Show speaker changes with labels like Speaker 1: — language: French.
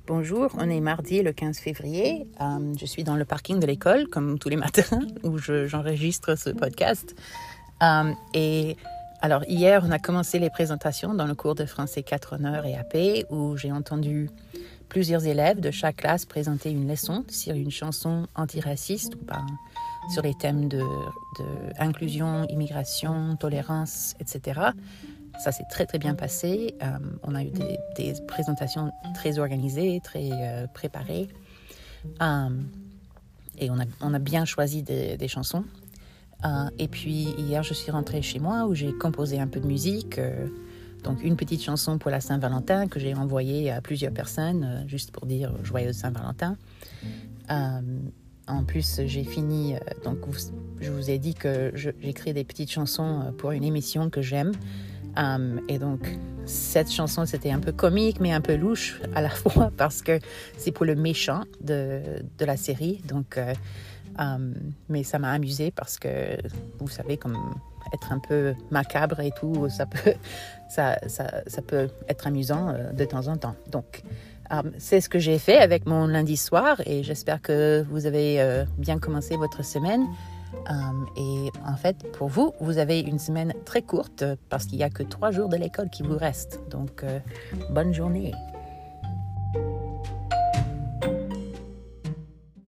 Speaker 1: Bonjour, on est mardi le 15 février. Je suis dans le parking de l'école, comme tous les matins, où j'enregistre ce podcast. Et alors, hier, on a commencé les présentations dans le cours de français 4 honneurs et AP, où j'ai entendu plusieurs élèves de chaque classe présenter une leçon sur une chanson antiraciste ou sur les thèmes de inclusion, immigration, tolérance, etc. Ça s'est très, très bien passé. On a eu des présentations très organisées, très préparées. Et on a bien choisi des chansons. Et puis, hier, je suis rentrée chez moi où j'ai composé un peu de musique. Donc, une petite chanson pour la Saint-Valentin que j'ai envoyée à plusieurs personnes, juste pour dire « Joyeuse Saint-Valentin ». En plus, j'ai fini... donc, je vous ai dit que j'écris des petites chansons pour une émission que j'aime. Et donc, cette chanson, c'était un peu comique, mais un peu louche à la fois, parce que c'est pour le méchant de la série. Donc, mais ça m'a amusée parce que, vous savez, comme être un peu macabre et tout, ça peut être amusant de temps en temps. Donc, c'est ce que j'ai fait avec mon lundi soir et j'espère que vous avez bien commencé votre semaine. Et en fait, pour vous, vous avez une semaine très courte parce qu'il n'y a que 3 jours de l'école qui vous restent. Donc, bonne journée.